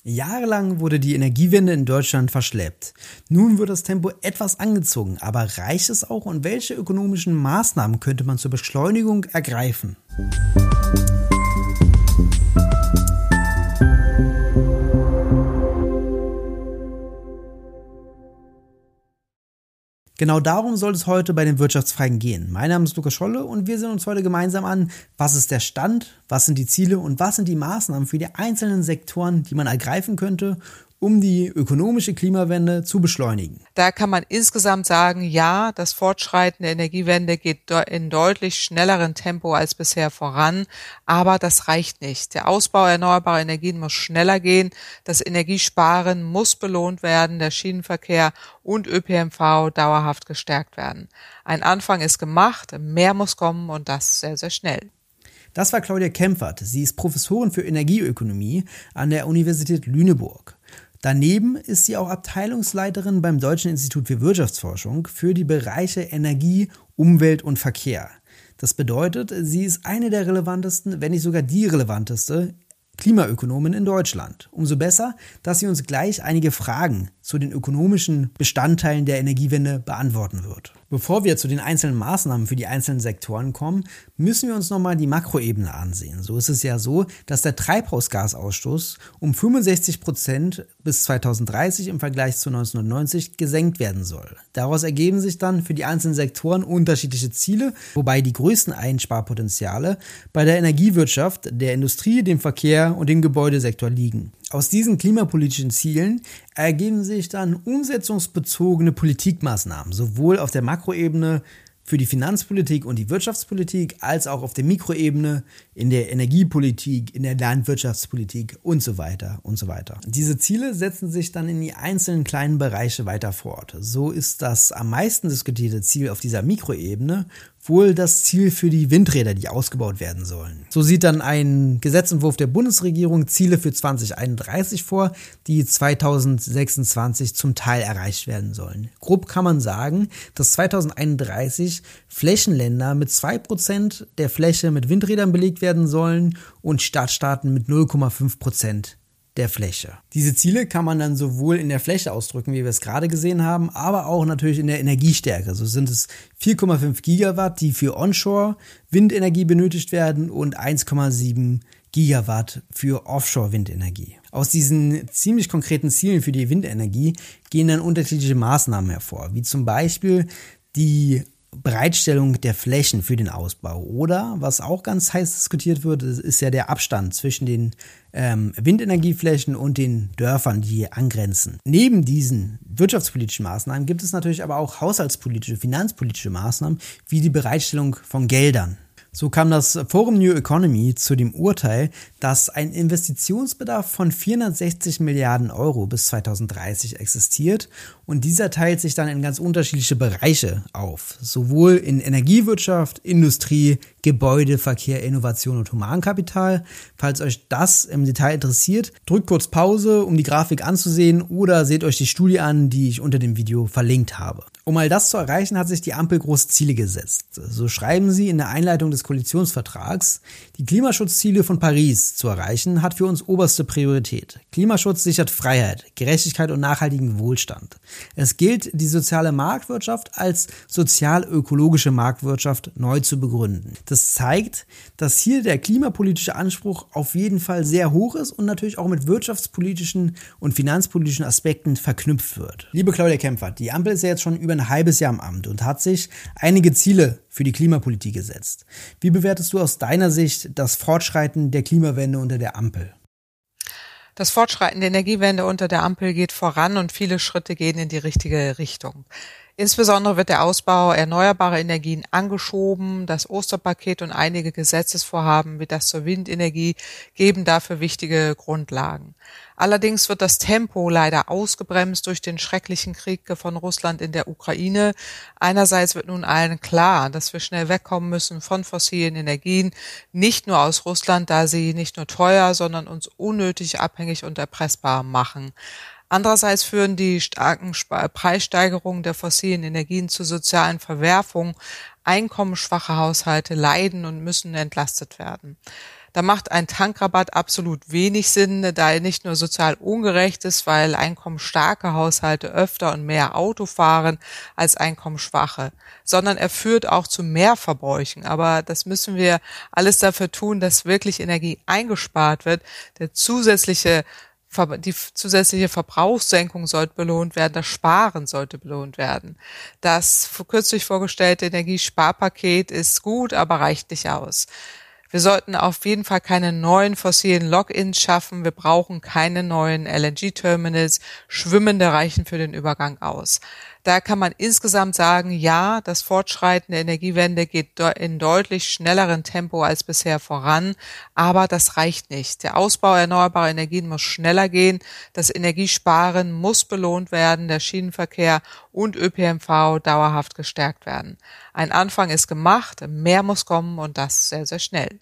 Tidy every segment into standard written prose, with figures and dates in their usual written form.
Jahrelang wurde die Energiewende in Deutschland verschleppt. Nun wird das Tempo etwas angezogen, aber reicht es auch und welche ökonomischen Maßnahmen könnte man zur Beschleunigung ergreifen? Genau darum soll es heute bei den Wirtschaftsfragen gehen. Mein Name ist Lukas Scholle und wir sehen uns heute gemeinsam an, was ist der Stand, was sind die Ziele und was sind die Maßnahmen für die einzelnen Sektoren, die man ergreifen könnte, um die ökonomische Klimawende zu beschleunigen. Da kann man insgesamt sagen, ja, das Fortschreiten der Energiewende geht in deutlich schnellerem Tempo als bisher voran, aber das reicht nicht. Der Ausbau erneuerbarer Energien muss schneller gehen, das Energiesparen muss belohnt werden, der Schienenverkehr und ÖPNV dauerhaft gestärkt werden. Ein Anfang ist gemacht, mehr muss kommen und das sehr, sehr schnell. Das war Claudia Kempfert. Sie ist Professorin für Energieökonomie an der Universität Lüneburg. Daneben ist sie auch Abteilungsleiterin beim Deutschen Institut für Wirtschaftsforschung für die Bereiche Energie, Umwelt und Verkehr. Das bedeutet, sie ist eine der relevantesten, wenn nicht sogar die relevanteste Klimaökonomin in Deutschland. Umso besser, dass sie uns gleich einige Fragen zu den ökonomischen Bestandteilen der Energiewende beantworten wird. Bevor wir zu den einzelnen Maßnahmen für die einzelnen Sektoren kommen, müssen wir uns nochmal die Makroebene ansehen. So ist es ja so, dass der Treibhausgasausstoß um 65% bis 2030 im Vergleich zu 1990 gesenkt werden soll. Daraus ergeben sich dann für die einzelnen Sektoren unterschiedliche Ziele, wobei die größten Einsparpotenziale bei der Energiewirtschaft, der Industrie, dem Verkehr und dem Gebäudesektor liegen. Aus diesen klimapolitischen Zielen ergeben sich dann umsetzungsbezogene Politikmaßnahmen, sowohl auf der Makroebene für die Finanzpolitik und die Wirtschaftspolitik, als auch auf der Mikroebene in der Energiepolitik, in der Landwirtschaftspolitik und so weiter und so weiter. Diese Ziele setzen sich dann in die einzelnen kleinen Bereiche weiter fort. So ist das am meisten diskutierte Ziel auf dieser Mikroebene wohl das Ziel für die Windräder, die ausgebaut werden sollen. So sieht dann ein Gesetzentwurf der Bundesregierung Ziele für 2031 vor, die 2026 zum Teil erreicht werden sollen. Grob kann man sagen, dass 2031 Flächenländer mit 2% der Fläche mit Windrädern belegt werden sollen und Stadtstaaten mit 0,5% der Fläche. Diese Ziele kann man dann sowohl in der Fläche ausdrücken, wie wir es gerade gesehen haben, aber auch natürlich in der Energiestärke. So sind es 4,5 Gigawatt, die für Onshore-Windenergie benötigt werden und 1,7 Gigawatt für Offshore-Windenergie. Aus diesen ziemlich konkreten Zielen für die Windenergie gehen dann unterschiedliche Maßnahmen hervor, wie zum Beispiel die Bereitstellung der Flächen für den Ausbau oder, was auch ganz heiß diskutiert wird, ist ja der Abstand zwischen den Windenergieflächen und den Dörfern, die angrenzen. Neben diesen wirtschaftspolitischen Maßnahmen gibt es natürlich aber auch haushaltspolitische, finanzpolitische Maßnahmen wie die Bereitstellung von Geldern. So kam das Forum New Economy zu dem Urteil, dass ein Investitionsbedarf von 460 Milliarden Euro bis 2030 existiert und dieser teilt sich dann in ganz unterschiedliche Bereiche auf, sowohl in Energiewirtschaft, Industrie, Gebäude, Verkehr, Innovation und Humankapital. Falls euch das im Detail interessiert, drückt kurz Pause, um die Grafik anzusehen oder seht euch die Studie an, die ich unter dem Video verlinkt habe. Um all das zu erreichen, hat sich die Ampel große Ziele gesetzt. So schreiben sie in der Einleitung des Koalitionsvertrags: Die Klimaschutzziele von Paris zu erreichen, hat für uns oberste Priorität. Klimaschutz sichert Freiheit, Gerechtigkeit und nachhaltigen Wohlstand. Es gilt, die soziale Marktwirtschaft als sozial-ökologische Marktwirtschaft neu zu begründen. Das zeigt, dass hier der klimapolitische Anspruch auf jeden Fall sehr hoch ist und natürlich auch mit wirtschaftspolitischen und finanzpolitischen Aspekten verknüpft wird. Liebe Claudia Kempfert, die Ampel ist ja jetzt schon über ein halbes Jahr im Amt und hat sich einige Ziele für die Klimapolitik gesetzt. Wie bewertest du aus deiner Sicht das Fortschreiten der Klimawende unter der Ampel? Das Fortschreiten der Energiewende unter der Ampel geht voran und viele Schritte gehen in die richtige Richtung. Insbesondere wird der Ausbau erneuerbarer Energien angeschoben. Das Osterpaket und einige Gesetzesvorhaben wie das zur Windenergie geben dafür wichtige Grundlagen. Allerdings wird das Tempo leider ausgebremst durch den schrecklichen Krieg von Russland in der Ukraine. Einerseits wird nun allen klar, dass wir schnell wegkommen müssen von fossilen Energien, nicht nur aus Russland, da sie nicht nur teuer, sondern uns unnötig abhängig und erpressbar machen. Andererseits führen die starken Preissteigerungen der fossilen Energien zu sozialen Verwerfungen. Einkommensschwache Haushalte leiden und müssen entlastet werden. Da macht ein Tankrabatt absolut wenig Sinn, da er nicht nur sozial ungerecht ist, weil einkommensstarke Haushalte öfter und mehr Auto fahren als einkommensschwache, sondern er führt auch zu mehr Verbräuchen. Aber das müssen wir alles dafür tun, dass wirklich Energie eingespart wird. Die zusätzliche Verbrauchssenkung sollte belohnt werden, das Sparen sollte belohnt werden. Das kürzlich vorgestellte Energiesparpaket ist gut, aber reicht nicht aus. Wir sollten auf jeden Fall keine neuen fossilen Lock-ins schaffen. Wir brauchen keine neuen LNG-Terminals. Schwimmende reichen für den Übergang aus. Da kann man insgesamt sagen, ja, das Fortschreiten der Energiewende geht in deutlich schnelleren Tempo als bisher voran, aber das reicht nicht. Der Ausbau erneuerbarer Energien muss schneller gehen, das Energiesparen muss belohnt werden, der Schienenverkehr und ÖPNV dauerhaft gestärkt werden. Ein Anfang ist gemacht, mehr muss kommen und das sehr, sehr schnell.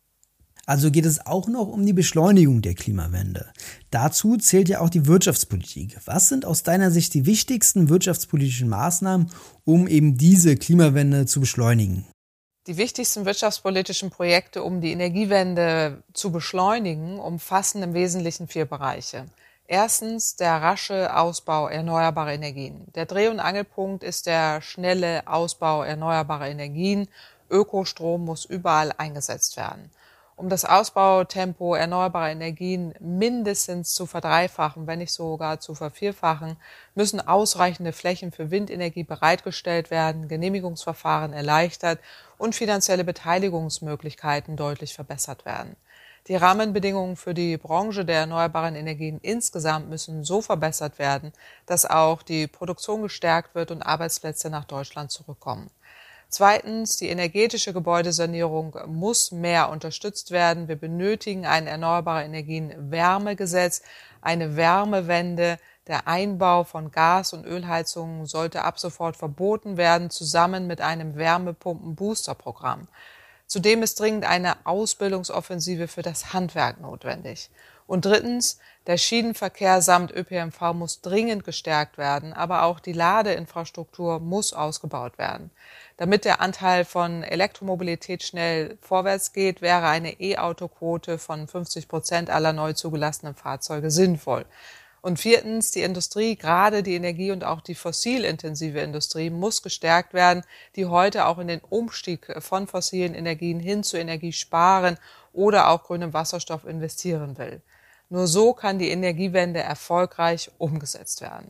Also geht es auch noch um die Beschleunigung der Klimawende. Dazu zählt ja auch die Wirtschaftspolitik. Was sind aus deiner Sicht die wichtigsten wirtschaftspolitischen Maßnahmen, um eben diese Klimawende zu beschleunigen? Die wichtigsten wirtschaftspolitischen Projekte, um die Energiewende zu beschleunigen, umfassen im Wesentlichen 4 Bereiche. Erstens der rasche Ausbau erneuerbarer Energien. Der Dreh- und Angelpunkt ist der schnelle Ausbau erneuerbarer Energien. Ökostrom muss überall eingesetzt werden. Um das Ausbautempo erneuerbarer Energien mindestens zu verdreifachen, wenn nicht sogar zu vervierfachen, müssen ausreichende Flächen für Windenergie bereitgestellt werden, Genehmigungsverfahren erleichtert und finanzielle Beteiligungsmöglichkeiten deutlich verbessert werden. Die Rahmenbedingungen für die Branche der erneuerbaren Energien insgesamt müssen so verbessert werden, dass auch die Produktion gestärkt wird und Arbeitsplätze nach Deutschland zurückkommen. Zweitens, die energetische Gebäudesanierung muss mehr unterstützt werden. Wir benötigen ein erneuerbare Energien-Wärmegesetz, eine Wärmewende. Der Einbau von Gas- und Ölheizungen sollte ab sofort verboten werden, zusammen mit einem Wärmepumpen-Booster-Programm. Zudem ist dringend eine Ausbildungsoffensive für das Handwerk notwendig. Und drittens, der Schienenverkehr samt ÖPNV muss dringend gestärkt werden, aber auch die Ladeinfrastruktur muss ausgebaut werden. Damit der Anteil von Elektromobilität schnell vorwärts geht, wäre eine E-Auto-Quote von 50% aller neu zugelassenen Fahrzeuge sinnvoll. Und viertens, die Industrie, gerade die Energie- und auch die fossilintensive Industrie, muss gestärkt werden, die heute auch in den Umstieg von fossilen Energien hin zu Energiesparen oder auch grünem Wasserstoff investieren will. Nur so kann die Energiewende erfolgreich umgesetzt werden.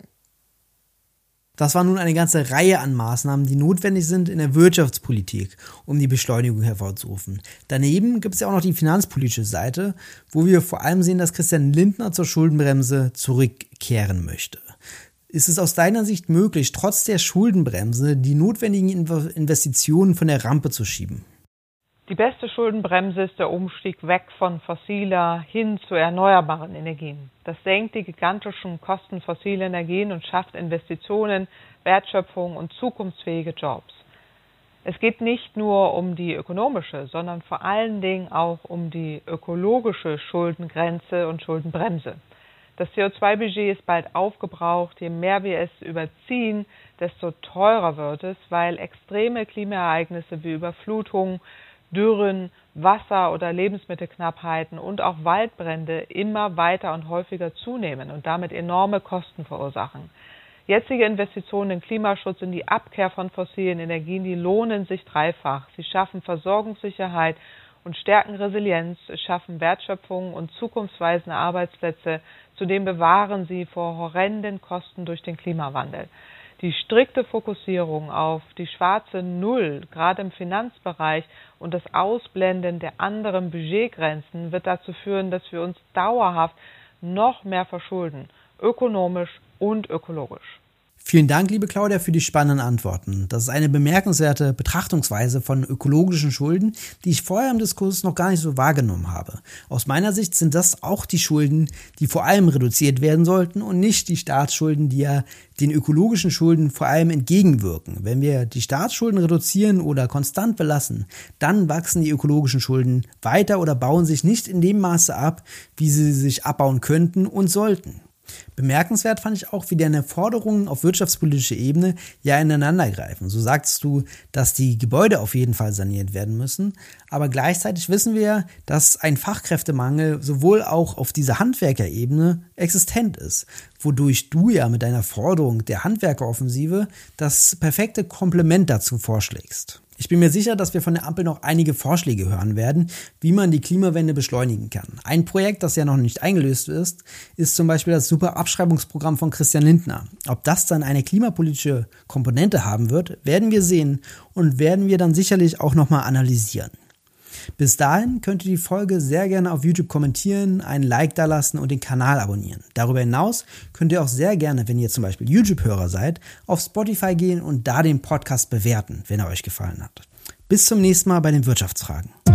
Das war nun eine ganze Reihe an Maßnahmen, die notwendig sind in der Wirtschaftspolitik, um die Beschleunigung hervorzurufen. Daneben gibt es ja auch noch die finanzpolitische Seite, wo wir vor allem sehen, dass Christian Lindner zur Schuldenbremse zurückkehren möchte. Ist es aus deiner Sicht möglich, trotz der Schuldenbremse die notwendigen Investitionen von der Rampe zu schieben? Die beste Schuldenbremse ist der Umstieg weg von fossiler hin zu erneuerbaren Energien. Das senkt die gigantischen Kosten fossiler Energien und schafft Investitionen, Wertschöpfung und zukunftsfähige Jobs. Es geht nicht nur um die ökonomische, sondern vor allen Dingen auch um die ökologische Schuldengrenze und Schuldenbremse. Das CO2-Budget ist bald aufgebraucht. Je mehr wir es überziehen, desto teurer wird es, weil extreme Klimaereignisse wie Überflutungen, Dürren, Wasser- oder Lebensmittelknappheiten und auch Waldbrände immer weiter und häufiger zunehmen und damit enorme Kosten verursachen. Jetzige Investitionen in Klimaschutz und die Abkehr von fossilen Energien, die lohnen sich dreifach. Sie schaffen Versorgungssicherheit und stärken Resilienz, schaffen Wertschöpfung und zukunftsweisende Arbeitsplätze. Zudem bewahren sie vor horrenden Kosten durch den Klimawandel. Die strikte Fokussierung auf die schwarze Null, gerade im Finanzbereich, und das Ausblenden der anderen Budgetgrenzen wird dazu führen, dass wir uns dauerhaft noch mehr verschulden, ökonomisch und ökologisch. Vielen Dank, liebe Claudia, für die spannenden Antworten. Das ist eine bemerkenswerte Betrachtungsweise von ökologischen Schulden, die ich vorher im Diskurs noch gar nicht so wahrgenommen habe. Aus meiner Sicht sind das auch die Schulden, die vor allem reduziert werden sollten und nicht die Staatsschulden, die ja den ökologischen Schulden vor allem entgegenwirken. Wenn wir die Staatsschulden reduzieren oder konstant belassen, dann wachsen die ökologischen Schulden weiter oder bauen sich nicht in dem Maße ab, wie sie sich abbauen könnten und sollten. Bemerkenswert fand ich auch, wie deine Forderungen auf wirtschaftspolitischer Ebene ja ineinandergreifen. So sagst du, dass die Gebäude auf jeden Fall saniert werden müssen, aber gleichzeitig wissen wir ja, dass ein Fachkräftemangel sowohl auch auf dieser Handwerkerebene existent ist, wodurch du ja mit deiner Forderung der Handwerkeroffensive das perfekte Komplement dazu vorschlägst. Ich bin mir sicher, dass wir von der Ampel noch einige Vorschläge hören werden, wie man die Klimawende beschleunigen kann. Ein Projekt, das ja noch nicht eingelöst ist zum Beispiel das super Abschreibungsprogramm von Christian Lindner. Ob das dann eine klimapolitische Komponente haben wird, werden wir sehen und werden wir dann sicherlich auch nochmal analysieren. Bis dahin könnt ihr die Folge sehr gerne auf YouTube kommentieren, einen Like dalassen und den Kanal abonnieren. Darüber hinaus könnt ihr auch sehr gerne, wenn ihr zum Beispiel YouTube-Hörer seid, auf Spotify gehen und da den Podcast bewerten, wenn er euch gefallen hat. Bis zum nächsten Mal bei den Wirtschaftsfragen.